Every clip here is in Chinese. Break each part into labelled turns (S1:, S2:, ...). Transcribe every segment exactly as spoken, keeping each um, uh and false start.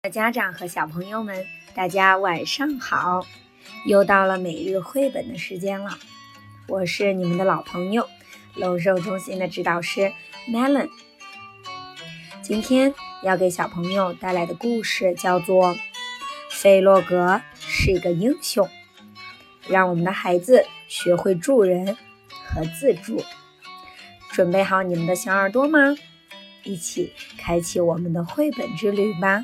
S1: 家长和小朋友们，大家晚上好！又到了每日绘本的时间了，我是你们的老朋友龙兽中心的指导师 Melon。 今天要给小朋友带来的故事叫做费洛格是一个英雄，让我们的孩子学会助人和自助。准备好你们的小耳朵吗？一起开启我们的绘本之旅吧。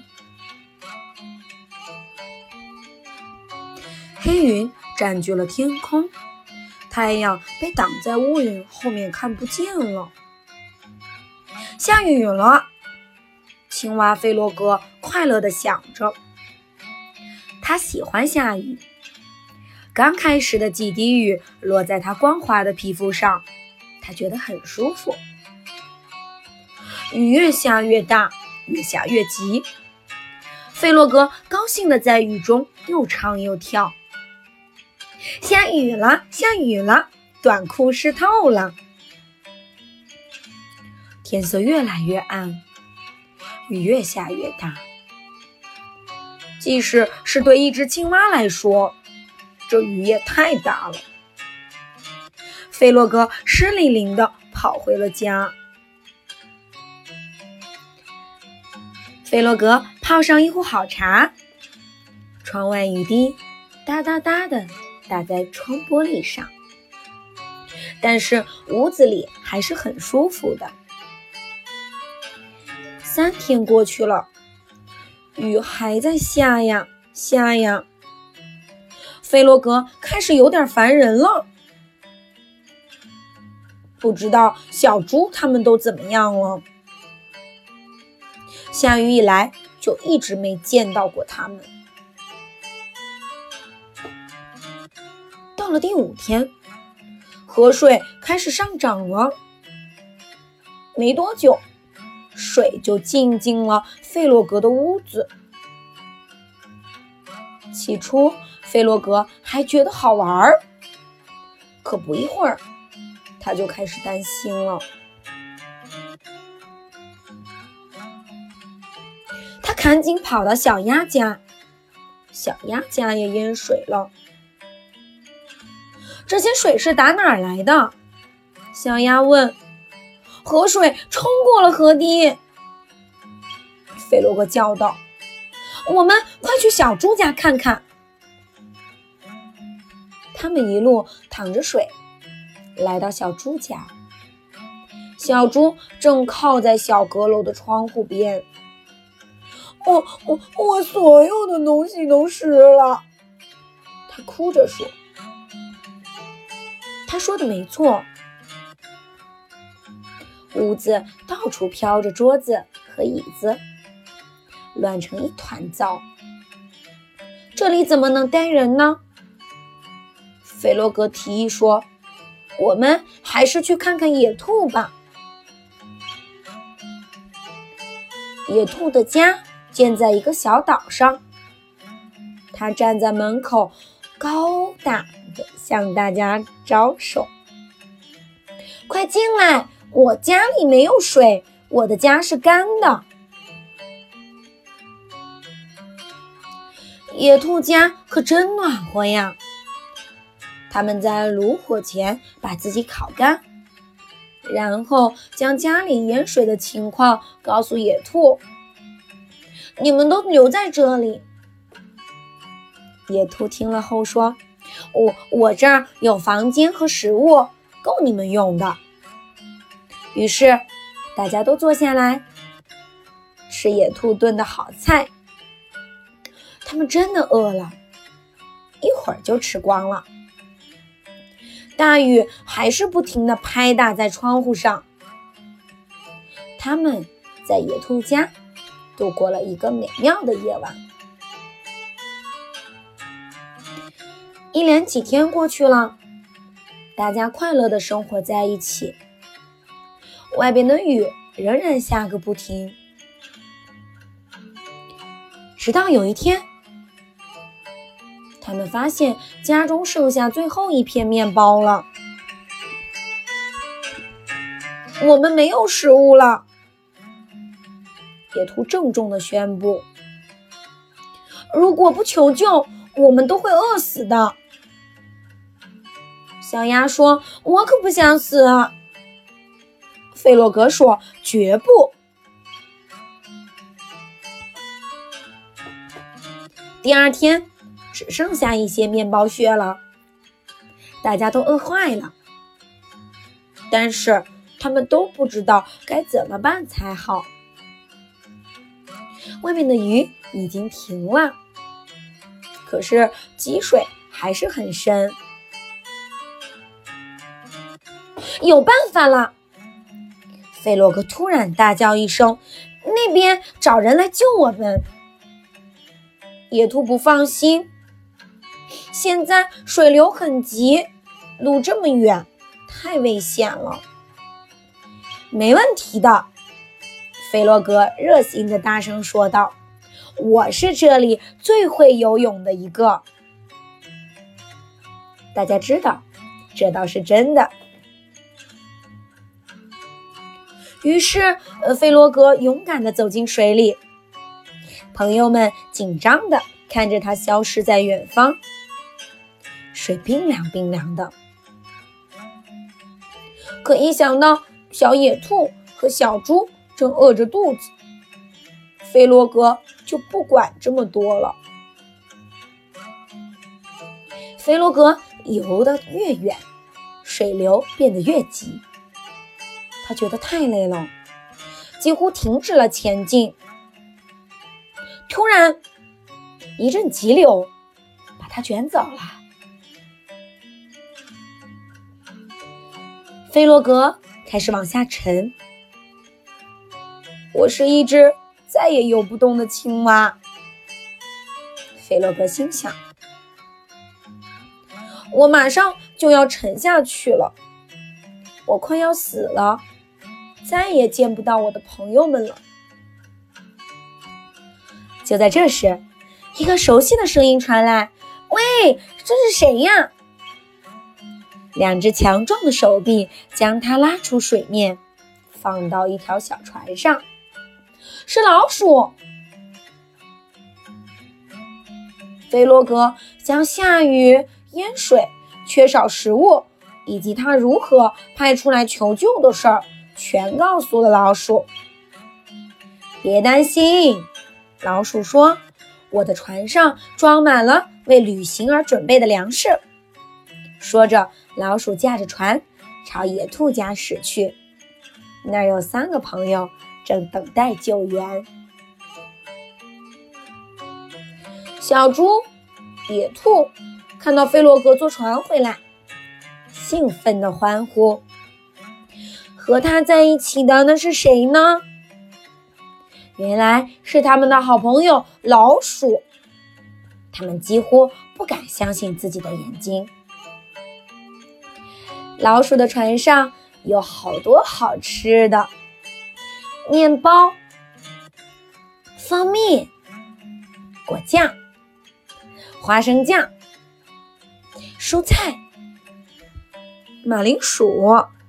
S1: 黑云占据了天空，太阳被挡在乌云后面看不见了。下雨了，青蛙费洛格快乐地想着。他喜欢下雨，刚开始的几滴雨落在他光滑的皮肤上，他觉得很舒服。雨越下越大，越下越急，费洛格高兴地在雨中又唱又跳。下雨了，下雨了，短裤湿透了。天色越来越暗，雨越下越大。即使是对一只青蛙来说，这雨也太大了。费洛格湿淋淋地跑回了家。费洛格泡上一壶好茶，窗外雨滴哒哒哒地打在窗玻璃上，但是屋子里还是很舒服的。三天过去了，雨还在下呀下呀，费洛格开始有点烦人了。不知道小猪他们都怎么样了？下雨以来就一直没见到过他们。到了第五天，河水开始上涨了。没多久，水就浸进了费洛格的屋子。起初，费洛格还觉得好玩，可不一会儿，他就开始担心了。他赶紧跑到小鸭家，小鸭家也淹水了。这些水是打哪儿来的？小鸭问。河水冲过了河堤。费洛格叫道。我们快去小猪家看看。他们一路淌着水来到小猪家。小猪正靠在小阁楼的窗户边。我我我所有的东西都湿了，他哭着说。他说的没错，屋子到处飘着桌子和椅子，乱成一团糟。这里怎么能待人呢？费洛格提议说，我们还是去看看野兔吧。野兔的家建在一个小岛上，他站在门口，高大地向大家招手。快进来，我家里没有水，我的家是干的。野兔家可真暖和呀！他们在炉火前把自己烤干，然后将家里淹水的情况告诉野兔。你们都留在这里。野兔听了后说，我我这儿有房间和食物，够你们用的。于是大家都坐下来吃野兔炖的好菜。他们真的饿了，一会儿就吃光了。大雨还是不停地拍打在窗户上。他们在野兔家度过了一个美妙的夜晚。一连几天过去了，大家快乐地生活在一起。外边的雨仍然下个不停。直到有一天，他们发现家中剩下最后一片面包了。我们没有食物了，野兔郑重地宣布。 如果不求救，我们都会饿死的。小鸭说，我可不想死。费洛格说，绝不。第二天只剩下一些面包屑了，大家都饿坏了，但是他们都不知道该怎么办才好。外面的雨已经停了，可是积水还是很深。有办法了！费洛格突然大叫一声，那边找人来救我们。野兔不放心，现在水流很急，路这么远，太危险了。没问题的，费洛格热心地大声说道，我是这里最会游泳的一个。大家知道，这倒是真的。于是，呃，费洛格勇敢地走进水里，朋友们紧张地看着他消失在远方。水冰凉冰凉的，可一想到小野兔和小猪正饿着肚子，费洛格就不管这么多了。费洛格游得越远，水流变得越急，他觉得太累了，几乎停止了前进。突然，一阵急流把他卷走了。费洛格开始往下沉。我是一只再也游不动的青蛙，费洛格心想。我马上就要沉下去了，我快要死了，再也见不到我的朋友们了。就在这时，一个熟悉的声音传来，喂，这是谁呀？两只强壮的手臂将他拉出水面，放到一条小船上。是老鼠。费洛格将下雨、淹水、缺少食物以及他如何派出来求救的事儿全告诉了老鼠。别担心，老鼠说，我的船上装满了为旅行而准备的粮食。说着，老鼠驾着船朝野兔家驶去，那儿有三个朋友正等待救援。小猪、野兔看到费洛格坐船回来，兴奋地欢呼。和他在一起的那是谁呢？原来是他们的好朋友老鼠。他们几乎不敢相信自己的眼睛。老鼠的船上有好多好吃的，面包、蜂蜜、果酱、花生酱、蔬菜、马铃薯，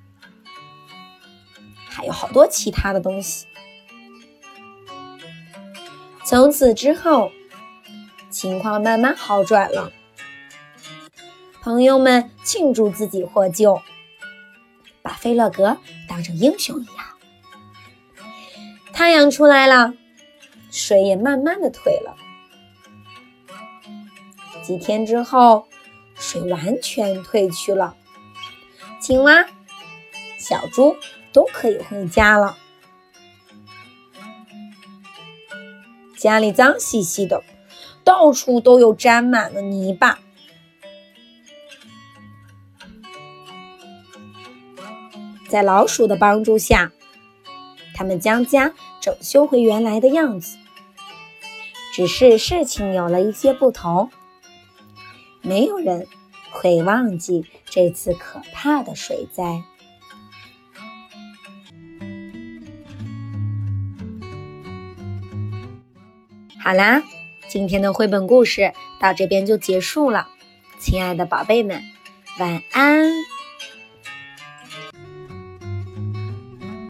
S1: 还有好多其他的东西。从此之后，情况慢慢好转了。朋友们庆祝自己获救，把费洛格当成英雄一样。太阳出来了，水也慢慢的退了。几天之后，水完全退去了，青蛙、小猪都可以回家了。家里脏兮兮的，到处都有沾满了泥巴。在老鼠的帮助下，他们将家整修回原来的样子。只是事情有了一些不同，没有人会忘记这次可怕的水灾。好啦，今天的绘本故事到这边就结束了。亲爱的宝贝们，晚安。